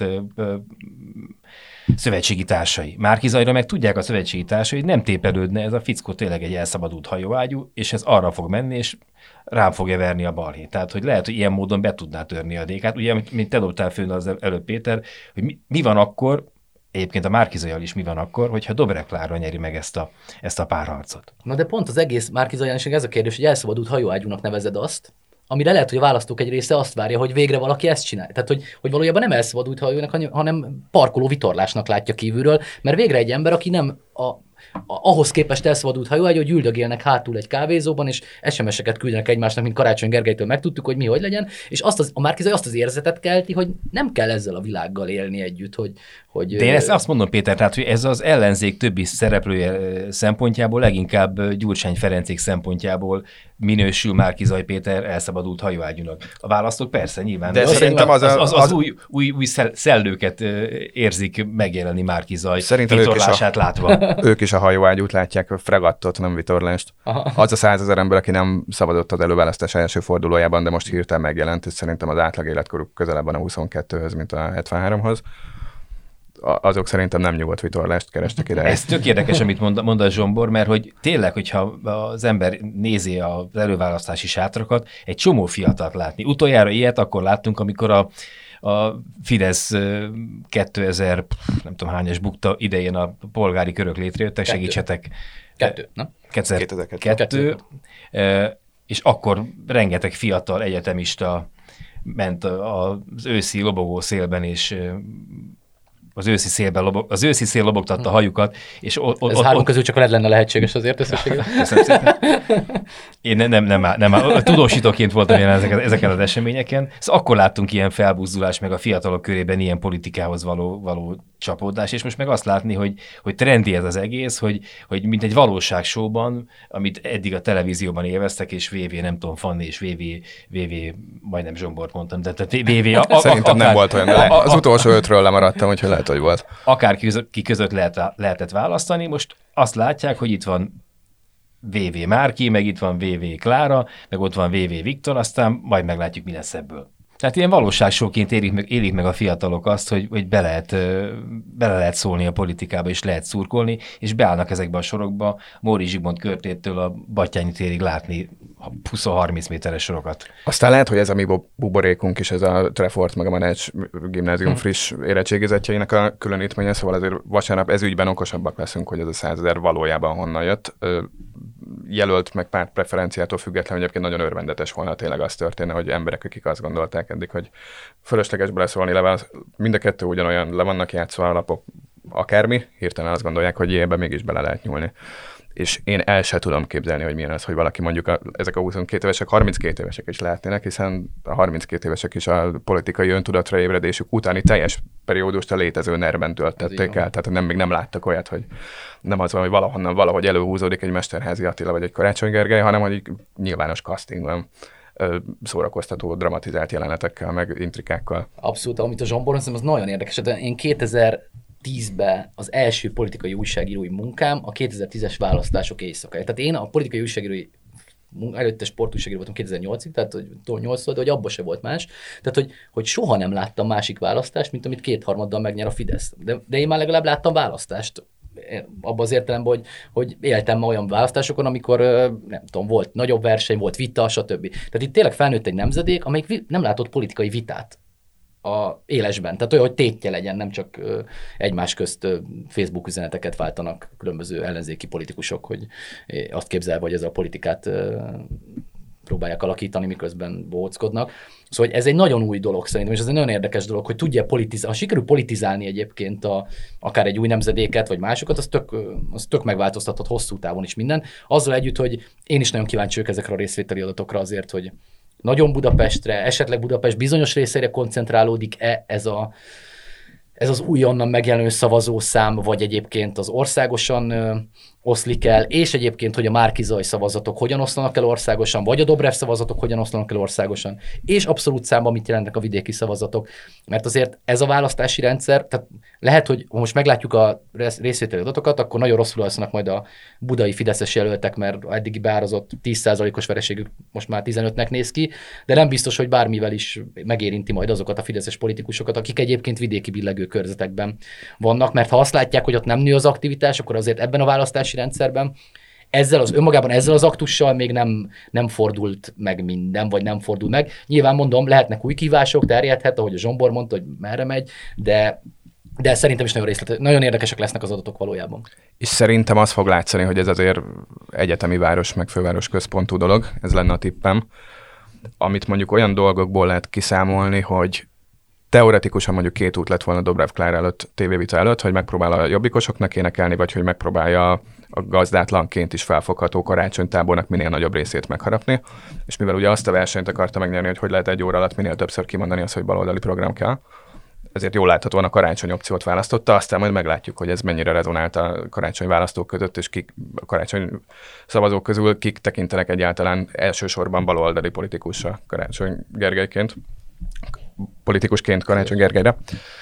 szövetségi társai. Márki-Zayra meg tudják a szövetségi társai, hogy nem tépelődne, ez a fickó tényleg egy elszabadult hajóágyú, és ez arra fog menni, és rám fogja verni a balhét. Tehát, hogy lehet, hogy ilyen módon be tudná törni a DK-t. Ugye, mint te dobtál föl az előbb, Péter, hogy mi van akkor, egyébként a Márki-Zayyal is mi van akkor, hogyha Dobrev Klára nyeri meg ezt a párharcot. Na de pont az egész Márki-Zayyal is ez a kérdés, hogy elszabadult hajóágyúnak nevezed azt, amire lehet, hogy a választók egy része azt várja, hogy végre valaki ezt csinál. Tehát, hogy valójában nem elszabadult hajónak, hanem parkoló vitorlásnak látja kívülről, mert végre egy ember, aki nem ahhoz képest elszabadult hajóágy, hogy üldögélnek hátul egy kávézóban, és SMS-eket küldenek egymásnak, mint Karácsony Gergelytől megtudtuk, hogy mi hogy legyen, és a Márki-Zay azt az érzetet kelti, hogy nem kell ezzel a világgal élni együtt, hogy de én ezt azt mondom, Péter, tehát, hogy ez az ellenzék többi szereplője szempontjából, leginkább Gyurcsány Ferencék szempontjából minősül Márki-Zay Péter elszabadult hajóágyúnak. A választók persze nyilván. De szerintem az új szellőket érzik megjelenni Márki-Zay vitorlását látva. Ők is a hajóágyút látják, a fregattot, nem vitorlást. Az a 100 000 ember, aki nem szabadott az előválasztás első fordulójában, de most hirtelen megjelent, és szerintem az átlag életkoruk közelebb van a 22-höz, mint a 73-hoz. Azok szerintem nem nyugodt vitorlást kerestek ide. Ez tök érdekes, amit mond a Zsombor, mert hogy tényleg, hogyha az ember nézi az előválasztási sátrakat, egy csomó fiatalt látni. Utoljára ilyet akkor láttunk, amikor a Fidesz 2000, nem tudom hányas bukta idején a polgári körök létrejöttek, segítsetek. 2002. És akkor rengeteg fiatal egyetemista ment az őszi lobogó szélben, és az őszi szél lobogtatta a hajukat, és ez három közül csak veled lenne lehetséges azért összességében. Köszönöm szépen. Én nem tudósítóként voltam jelen ezeken az eseményeken. Szóval akkor láttunk ilyen felbuzdulást, meg a fiatalok körében ilyen politikához való csapódás, és most meg azt látni, hogy trendi ez az egész, hogy mint egy valóságshow-ban, amit eddig a televízióban élveztek, és VV, nem tudom, Fanni, és VV, majdnem Zsombort mondtam, de VV... Szerintem nem volt olyan, de az utolsó 5-ről lemaradtam, úgyhogy lehet, hogy volt. Akárki között lehetett választani, most azt látják, hogy itt van VV Márki, meg itt van VV Klára, meg ott van VV Viktor, aztán majd meglátjuk, mi lesz ebből. Tehát ilyen valóságsóként élik meg a fiatalok azt, hogy bele lehet szólni a politikába, és lehet szurkolni, és beállnak ezekbe a sorokba, Móri Zsigmond körtétől a Battyányi térig látni 20-30 méteres sorokat. Aztán lehet, hogy ez a mi buborékunk is, ez a Trefort meg a Manács gimnázium friss érettségizetjeinek a különítménye, szóval azért vasárnap ez ügyben okosabbak leszünk, hogy ez a 100 000 valójában honnan jött. Jelölt meg párt preferenciától függetlenül egyébként nagyon örvendetes volna, tényleg az történne, hogy emberek, akik azt gondolták eddig, hogy fölösleges beleszólni, mind a kettő ugyanolyan le vannak játszva alapok, akármi, hirtelen azt gondolják, hogy ebbe mégis bele lehet nyúlni. És én el sem tudom képzelni, hogy milyen az, hogy valaki mondjuk ezek a 22 évesek, 32 évesek is lehetnének, hiszen a 32 évesek is a politikai öntudatra ébredésük utáni teljes periódust a létező nerben töltették el. Tehát még nem láttak olyat, hogy nem az van, hogy valahonnan valahogy előhúzódik egy Mesterházy Attila vagy egy Karácsony Gergely, hanem hogy nyilvános casting van, szórakoztató, dramatizált jelenetekkel, meg intrikákkal. Abszolút, amit a Zsombor, az nagyon érdekes. Én 2010-ben az első politikai újságírói munkám a 2010-es választások éjszakája. Tehát én a politikai újságírói előtte sportújságíró voltam 2008-ig, tehát hogy 8 volt, de hogy abban se volt más. Tehát, hogy soha nem láttam másik választást, mint amit 2/3 megnyer a Fidesz. De én már legalább láttam választást. Abban az értelemben, hogy éltem ma olyan választásokon, amikor nem tudom, volt nagyobb verseny, volt vita, stb. Tehát itt tényleg felnőtt egy nemzedék, amelyik nem látott politikai vitát a élesben. Tehát olyan, hogy tétje legyen, nem csak egymás közt Facebook üzeneteket váltanak különböző ellenzéki politikusok, hogy azt képzelve, hogy ez a politikát próbálják alakítani, miközben bohóckodnak. Szóval ez egy nagyon új dolog szerintem, és ez egy nagyon érdekes dolog, hogy tudja politizálni. Ha sikerül politizálni egyébként akár egy új nemzedéket, vagy másokat, az tök megváltoztathat hosszú távon is minden. Azzal együtt, hogy én is nagyon kíváncsi vagyok ezekre a részvételi adatokra azért, hogy nagyon Budapestre, esetleg Budapest bizonyos részeire koncentrálódik-e ez az újonnan megjelenő szavazószám, vagy egyébként az országosan oszlik el, és egyébként, hogy a Márki-Zay szavazatok hogyan oszlanak el országosan, vagy a Dobrev szavazatok hogyan oszlanak el országosan, és abszolút számban mit jelentnek a vidéki szavazatok. Mert azért ez a választási rendszer, tehát lehet, hogy most meglátjuk a részvételi adatokat, akkor nagyon rosszul alszanak majd a budai fideszes jelöltek, mert eddigi beárazott 10%-os vereségük most már 15-nek néz ki, de nem biztos, hogy bármivel is megérinti majd azokat a fideszes politikusokat, akik egyébként vidéki billegő körzetekben vannak, mert ha azt látják, hogy ott nem nő az aktivitás, akkor azért ebben a választási rendszerben ezzel az aktussal még nem fordult meg minden, vagy nem fordul meg. Nyilván mondom, lehetnek új kívások, terjedhet, ahogy a Zsombor mondta, hogy merre megy, de szerintem is nagyon érdekesek lesznek az adatok valójában. És szerintem az fog látszani, hogy ez azért egyetemi város, meg főváros központú dolog, ez lenne a tippem, amit mondjuk olyan dolgokból lehet kiszámolni, hogy teoretikusan mondjuk 2 út lett volna Dobrev Klára előtt, tévévita előtt, hogy megpróbál a jobbikosoknak énekelni, vagy hogy megpróbálja a gazdátlanként is felfogható karácsonytábornak minél nagyobb részét megharapni. És mivel ugye azt a versenyt akarta megnyerni, hogy lehet 1 óra alatt minél többször kimondani azt, hogy baloldali program kell, ezért jól láthatóan a karácsony opciót választotta, aztán majd meglátjuk, hogy ez mennyire rezonált a karácsony választók között, és kik a karácsony szavazók közül kik tekintenek egyáltalán elsősorban baloldali politikusra Karácsony Gergelyként. Politikusként Karácsony Gergelyre.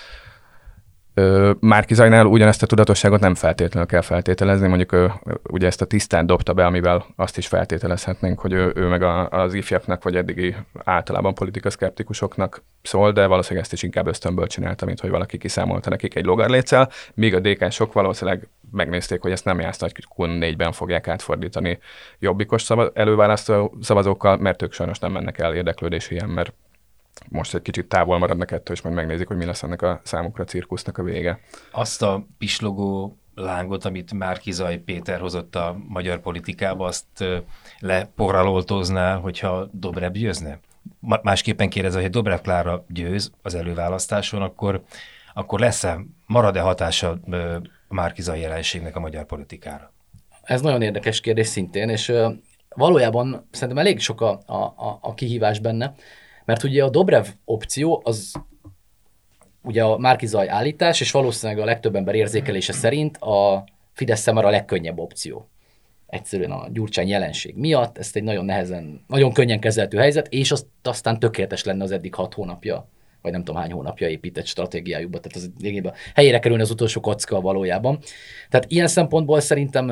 Márki-Zaynál ugyanezt a tudatosságot nem feltétlenül kell feltételezni, mondjuk ugye ezt a tisztán dobta be, amivel azt is feltételezhetnénk, hogy ő meg az ifjaknak, vagy eddigi általában politikaszkeptikusoknak szól, de valószínűleg ezt is inkább ösztönből csinálta, mint hogy valaki kiszámolta nekik egy logarléccel, míg a DK-sok valószínűleg megnézték, hogy ezt nem Jász Nagykun 4-ben fogják átfordítani jobbikos előválasztó szavazókkal, mert ők sajnos nem mennek el érdeklődési ilyen, mert most egy kicsit távol maradnak ettől, és majd megnézik, hogy mi lesz ennek a számukra cirkusznak a vége. Azt a pislogó lángot, amit Márki-Zay Péter hozott a magyar politikába, azt leporraloltózná, hogyha Dobrev győzne? Másképpen kérdezve, hogy Dobrev Klára győz az előválasztáson, akkor marad-e hatása a Márki-Zay jelenségnek a magyar politikára? Ez nagyon érdekes kérdés szintén, és valójában szerintem elég sok a kihívás benne, mert ugye a Dobrev opció az ugye a Márki-Zay állítás, és valószínűleg a legtöbb ember érzékelése szerint a Fidesz számára a legkönnyebb opció. Egyszerűen a Gyurcsány jelenség miatt, ezt egy nagyon könnyen kezelhető helyzet, és aztán tökéletes lenne az eddig 6 hónapja, vagy nem tudom hány hónapja épített stratégiájukba, tehát az lényegében helyére kerülne az utolsó kocka valójában. Tehát ilyen szempontból szerintem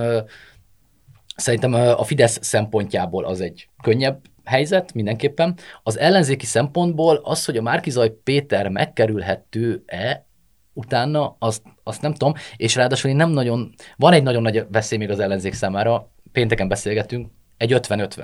a Fidesz szempontjából az egy könnyebb helyzet mindenképpen. Az ellenzéki szempontból az, hogy a Márki-Zay Péter megkerülhető-e utána, azt nem tudom, és ráadásul van egy nagyon nagy veszély még az ellenzék számára, pénteken beszélgetünk, egy 50-50.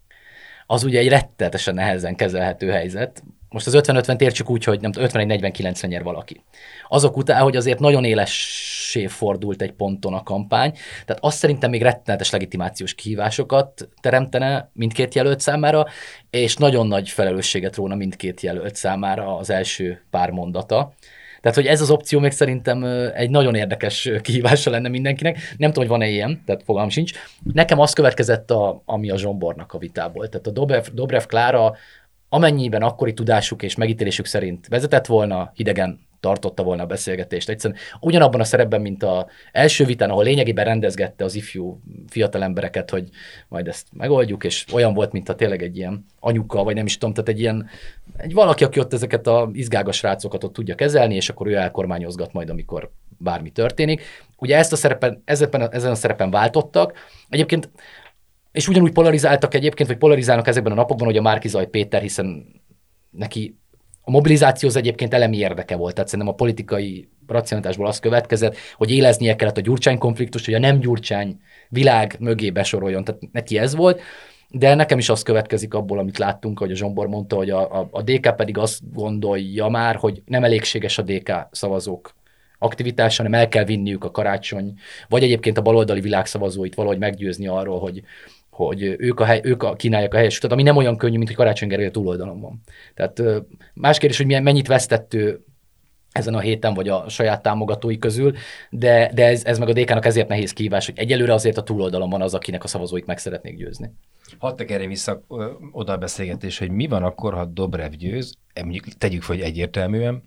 Az ugye egy rettenetesen nehezen kezelhető helyzet. Most az 50-50-t értsük úgy, hogy nem 51-49-re nyer valaki. Azok után, hogy azért nagyon élessé fordult egy ponton a kampány, tehát azt szerintem még rettenetes legitimációs kihívásokat teremtene mindkét jelölt számára, és nagyon nagy felelősséget róna mindkét jelölt számára az első pár mondata. Tehát, hogy ez az opció még szerintem egy nagyon érdekes kihívása lenne mindenkinek. Nem tudom, hogy van-e ilyen, tehát fogalmam sincs. Nekem az következett, ami a Zsombornak a vitából. Tehát a Dobrev Klára amennyiben akkori tudásuk és megítélésük szerint vezetett volna, hidegen tartotta volna a beszélgetést. Egyszerűen ugyanabban a szerepben, mint az első vitán, ahol lényegében rendezgette az ifjú fiatal embereket, hogy majd ezt megoldjuk, és olyan volt, mint tényleg egy ilyen anyuka, vagy nem is tudom, tehát egy valaki, aki ott ezeket az izgágas srácokat ott tudja kezelni, és akkor ő elkormányozgat majd, amikor bármi történik. Ugye ezen a szerepen váltottak. Egyébként és ugyanúgy polarizáltak egyébként, vagy polarizálnak ezekben a napokban, hogy a Márki-Zay Péter, hiszen neki a mobilizáció az egyébként elemi érdeke volt. Tehát szerintem a politikai racionalitásból az következett, hogy éleznie kellett a Gyurcsány konfliktust, hogy a nem Gyurcsány világ mögé besoroljon. Tehát neki ez volt. De nekem is az következik abból, amit láttunk, hogy a Zsombor mondta, hogy a DK pedig azt gondolja már, hogy nem elégséges a DK szavazók aktivitása, hanem el kell vinniük a Karácsony, vagy egyébként a baloldali világszavazóit valahogy meggyőzni arról, hogy ők kínálják a helyes utat, ami nem olyan könnyű, mint hogy Karácsony Gergely a túloldalon van. Tehát más kérdés, hogy mennyit vesztett ő ezen a héten, vagy a saját támogatói közül, de ez meg a DK-nak ezért nehéz kihívás, hogy egyelőre azért a túloldalon van az, akinek a szavazóit meg szeretnék győzni. Hadd tekerjem vissza oda a beszélgetés, hogy mi van akkor, ha Dobrev győz, mondjuk tegyük fel, hogy egyértelműen,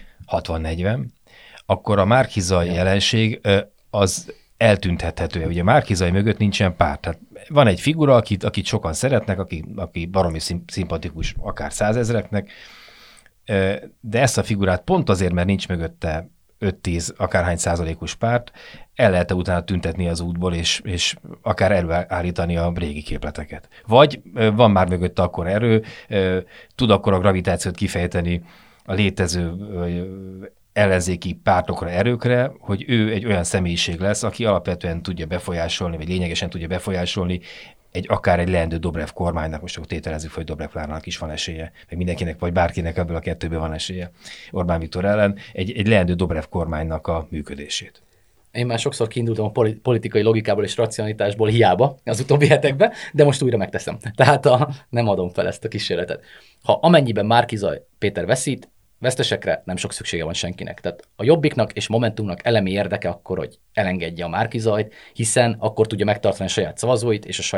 60-40, akkor a Márki-Zay jelenség az eltűnthethető. Ugye Márki-Zay mögött nincsen párt. Tehát van egy figura, akit sokan szeretnek, aki baromi szimpatikus akár 100 000-eknek, de ezt a figurát pont azért, mert nincs mögötte 5-10 akárhány százalékos párt, el lehet utána tüntetni az útból, és akár előállítani a régi képleteket. Vagy van már mögötte akkor erő, tud akkor a gravitációt kifejteni a létező ellenzéki pártokra, erőkre, hogy ő egy olyan személyiség lesz, aki alapvetően tudja befolyásolni, vagy lényegesen tudja befolyásolni akár egy leendő Dobrev kormánynak, most akkor tételezzük, hogy Dobrev Klárának is van esélye, meg mindenkinek, vagy bárkinek ebből a kettőből van esélye Orbán Viktor ellen, egy leendő Dobrev kormánynak a működését. Én már sokszor kiindultam a politikai logikából és racionalitásból hiába az utóbbi hetekben, de most újra megteszem. Tehát nem adom fel ezt a kísérletet. Ha amennyiben Márki-Zay Péter veszít, vesztesekre nem sok szüksége van senkinek. Tehát a Jobbiknak és Momentumnak elemi érdeke akkor, hogy elengedje a Márki-Zayt, hiszen akkor tudja megtartani a saját szavazóit, és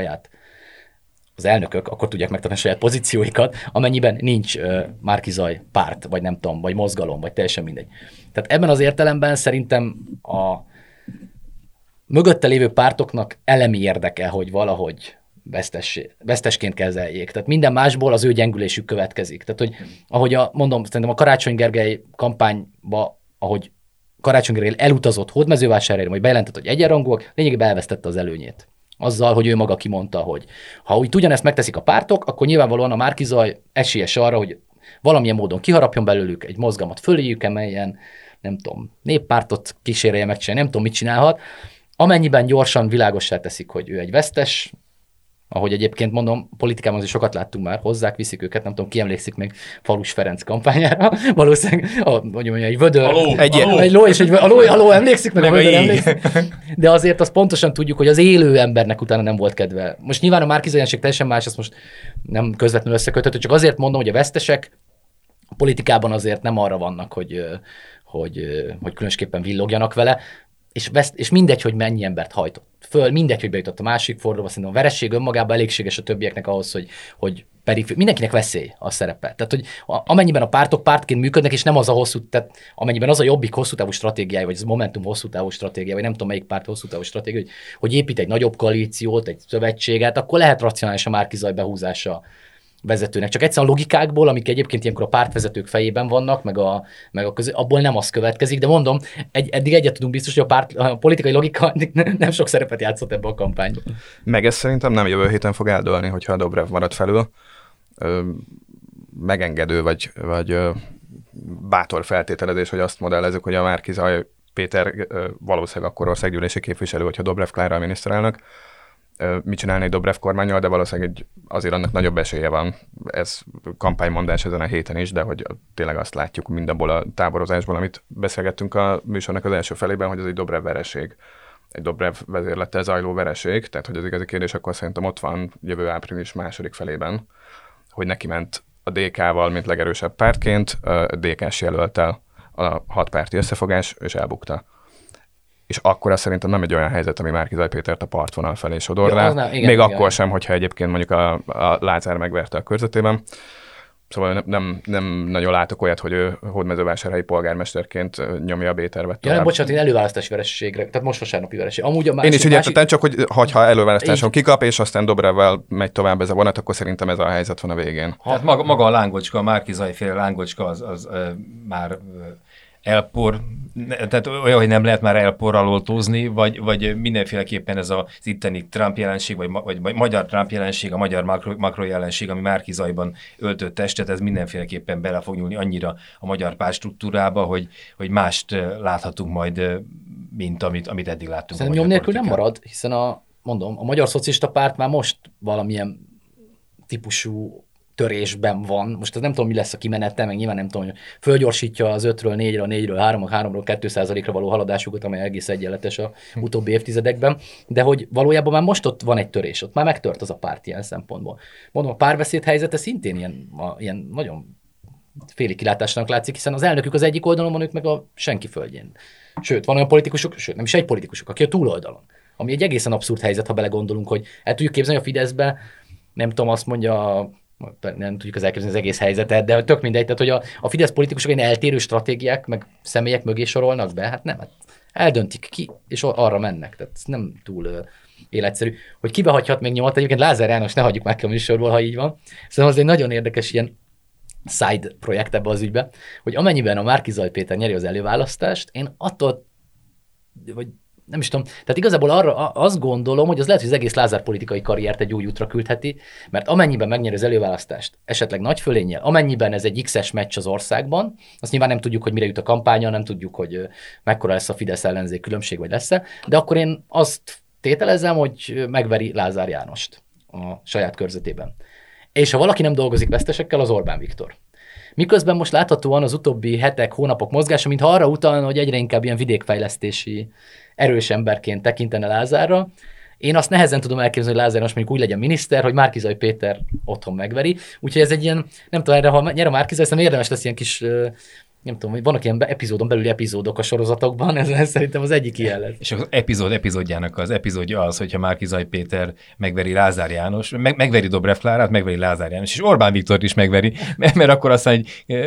az elnökök akkor tudják megtartani a saját pozícióikat, amennyiben nincs Márki-Zay párt, vagy nem tudom, vagy mozgalom, vagy teljesen mindegy. Tehát ebben az értelemben szerintem a mögötte lévő pártoknak elemi érdeke, hogy valahogy vesztesként kezeljék. Tehát minden másból az ő gyengülésük következik. Tehát, hogy ahogy mondom, szerintem a Karácsony Gergely kampányba, ahogy Karácsony Gergely elutazott Hódmezővásárhelyre, vagy bejelentett, hogy egyenrangúak, lényegében elvesztette az előnyét. Azzal, hogy ő maga kimondta, hogy ha úgy ugyanezt megteszik a pártok, akkor nyilvánvalóan a Márki-Zay esélyes arra, hogy valamilyen módon kiharapjon belőlük, egy mozgalmat föléjük emeljen, nem tudom, néppártot kísérelje megcsinálni, nem tudom, mit csinálhat. Amennyiben gyorsan világossá teszik, hogy ő egy vesztes, ahogy egyébként mondom, politikában azért sokat láttunk már, hozzák, viszik őket, nem tudom, ki emlékszik még Falus Ferenc kampányára, valószínűleg, egy vödör, egy ló, és a ló emlékszik, meg a vödör emlékszik, de azért azt pontosan tudjuk, hogy az élő embernek utána nem volt kedve. Most nyilván a Márki-Zay jelenség teljesen más, ezt most nem közvetlenül összeköthető, csak azért mondom, hogy a vesztesek a politikában azért nem arra vannak, hogy különösképpen villogjanak vele. és mindegy, hogy mennyi embert hajtott föl, mindegy, hogy bejutott a másik fordulóba, szerintem a vereség önmagában elégséges a többieknek ahhoz, hogy mindenkinek veszély a szerepe. Tehát, hogy amennyiben a pártok pártként működnek, és nem az a tehát amennyiben az a Jobbik hosszú távú stratégiája, vagy az Momentum hosszú távú stratégiája, vagy nem tudom melyik párt hosszú távú stratégia, hogy épít egy nagyobb koalíciót, egy szövetséget, akkor lehet racionális a Márki-Zay behúzása vezetőnek. Csak egyszerűen a logikákból, amik egyébként ilyenkor a pártvezetők fejében vannak, abból nem az következik, de mondom, eddig egyet tudunk biztos, hogy a politikai logika nem sok szerepet játszott ebbe a kampányban. Meg ez szerintem nem jövő héten fog eldőlni, hogyha a Dobrev marad felül. Megengedő vagy bátor feltételezés, hogy azt modellezzük, hogy a Márki-Zay Péter valószínűleg akkor országgyűlési képviselő, hogyha Dobrev Klára a miniszterelnök. Mit csinálni egy Dobrev kormánnyal, de valószínűleg azért annak nagyobb esélye van. Ez kampánymondás ezen a héten is, de hogy tényleg azt látjuk mindabból a táborozásból, amit beszélgettünk a műsornak az első felében, hogy ez egy Dobrev vereség. Egy Dobrev vezérlettel zajló vereség, tehát hogy az igazi kérdés akkor szerintem ott van jövő április második felében, hogy neki ment a DK-val, mint legerősebb pártként, a DK-s jelöltel a 6 párti összefogás, és elbukta. És akkor azt szerintem nem egy olyan helyzet, ami Márki-Zay Pétert a partvonal felé sodorná. Még akkor sem, hogyha egyébként mondjuk a Lázár megverte a körzetében. Szóval nem nagyon látok olyat, hogy ő hódmezővásárhelyi polgármesterként nyomja a B-tervet tovább. Ja, bocsánat, én előválasztási vereségre, tehát most vasárnapi vereség. Amúgy a én is úgy értettem, csak hogy ha előválasztáson kikap, és aztán Dobrevvel megy tovább ez a vonat, akkor szerintem ez a helyzet van a végén. Hát maga a lángocska, a Márki-Zay féle lángocska az már elpor, tehát olyan, hogy nem lehet már elporraloltózni, vagy mindenféleképpen ez az itteni Trump jelenség, vagy magyar Trump jelenség, a magyar Macron jelenség, ami Márki-Zayban öltött testet, ez mindenféleképpen bele fog nyúlni annyira a magyar pártstruktúrába, hogy mást láthatunk majd, mint amit eddig láttunk. Szerintem nyom nélkül nem marad, hiszen a Magyar Szocialista Párt már most valamilyen típusú törésben van. Most nem tudom, mi lesz a kimenete, meg nyilván nem tudom, hogy fölgyorsítja az 5-ről 4-ről, 4-ről 3-ról, 3-ról 2%-ra való haladásukat, amely egész egyenletes a utóbbi évtizedekben, de hogy valójában már most ott van egy törés, ott már megtört az a párt ilyen szempontból. Mondom, a párbeszéd helyzete szintén ilyen nagyon félig kilátásnak látszik, hiszen az elnökük az egyik oldalon van, ők meg a senki földjén. Sőt, van olyan politikusok, sőt, nem is egy politikusok, aki a túloldalon. Ami egy egészen abszurd helyzet, ha belegondolunk, hogy el tudjuk képzelni a Fideszbe, nem tudom, azt mondja, nem tudjuk elképzelni az egész helyzetet, de tök mindegy, tehát hogy a Fidesz politikusok ilyen eltérő stratégiák, meg személyek mögé sorolnak be, hát nem, hát eldöntik ki, és arra mennek, tehát ez nem túl életszerű. Hogy kibe hagyhat még nyomat, egyébként Lázár János ne hagyjuk meg ki a műsorból, ha így van. Szóval az egy nagyon érdekes ilyen side projekt ebbe az ügybe, hogy amennyiben a Márki-Zay Péter nyeri az előválasztást, én attól, vagy nem is tudom, tehát igazából arra azt gondolom, hogy az lehet, hogy az egész Lázár politikai karriert egy új útra küldheti, mert amennyiben megnyeri az előválasztást, esetleg nagy fölénnyel, amennyiben ez egy X-es meccs az országban, azt nyilván nem tudjuk, hogy mire jut a kampánya, nem tudjuk, hogy mekkora lesz a Fidesz ellenzék különbség, vagy lesz-e, de akkor én azt tételezem, hogy megveri Lázár Jánost a saját körzetében. És ha valaki nem dolgozik vesztesekkel, az Orbán Viktor. Miközben most láthatóan az utóbbi hetek, hónapok mozgása, mintha arra utalna, hogy egyre inkább ilyen vidékfejlesztési erős emberként tekintene Lázárra. Én azt nehezen tudom elképzelni, hogy Lázár most mondjuk úgy legyen miniszter, hogy Márki-Zay Péter otthon megveri. Úgyhogy ez egy ilyen, nem tudom, erre, ha nyer a Márki-Zay, szerintem érdemes lesz ilyen kis, nem tudom, hogy vannak ilyen epizódon belüli epizódok a sorozatokban, ez szerintem az egyik ilyen lesz. És az epizódjának az epizódja az, hogyha Márki-Zay Péter megveri Lázár János, megveri Dobrev Klárát, megveri Lázár János, és Orbán Viktort is megveri, mert akkor aztán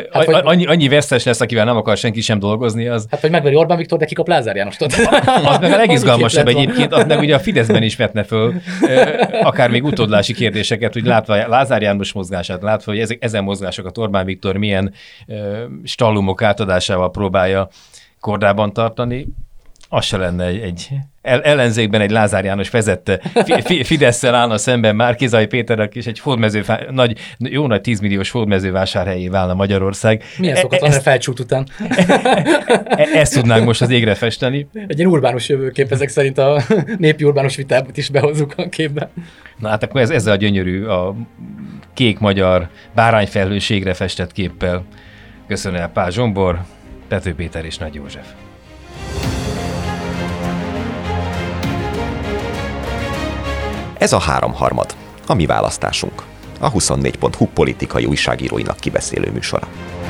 annyi vesztes lesz, akivel nem akar senki sem dolgozni. Az... Hát, hogy megveri Orbán Viktor, de kikap Lázár Jánost. Az meg a legizgalmasabb egyébként, az meg ugye a Fideszben is vetne föl akár még utódlási kérdéseket, hogy látva Lázár János mozgását, látva, hogy ezen mozgásokat Orbán Viktor milyen stallumok átadásával próbálja kordában tartani, az se lenne egy ellenzékben egy Lázár János vezette Fidesszel állna szemben Márki-Zay Péternek, és egy jó nagy 10 milliós holdmezővásárhelyi válna Magyarország. Milyen szokatlan felcsút után? Ezt tudnánk most az égre festeni. Egy ilyen urbánus jövőkép, ezek szerint a népi urbánus vitábat is behozzuk a képbe. Na hát akkor ezzel a gyönyörű, a kék magyar bárányfelhőségre festett képpel köszönöm el Pál Zsombor, Pető Péter és Nagy József. Ez a 3/3, a mi választásunk, a 24.hu politikai újságíróinak kibeszélő műsora.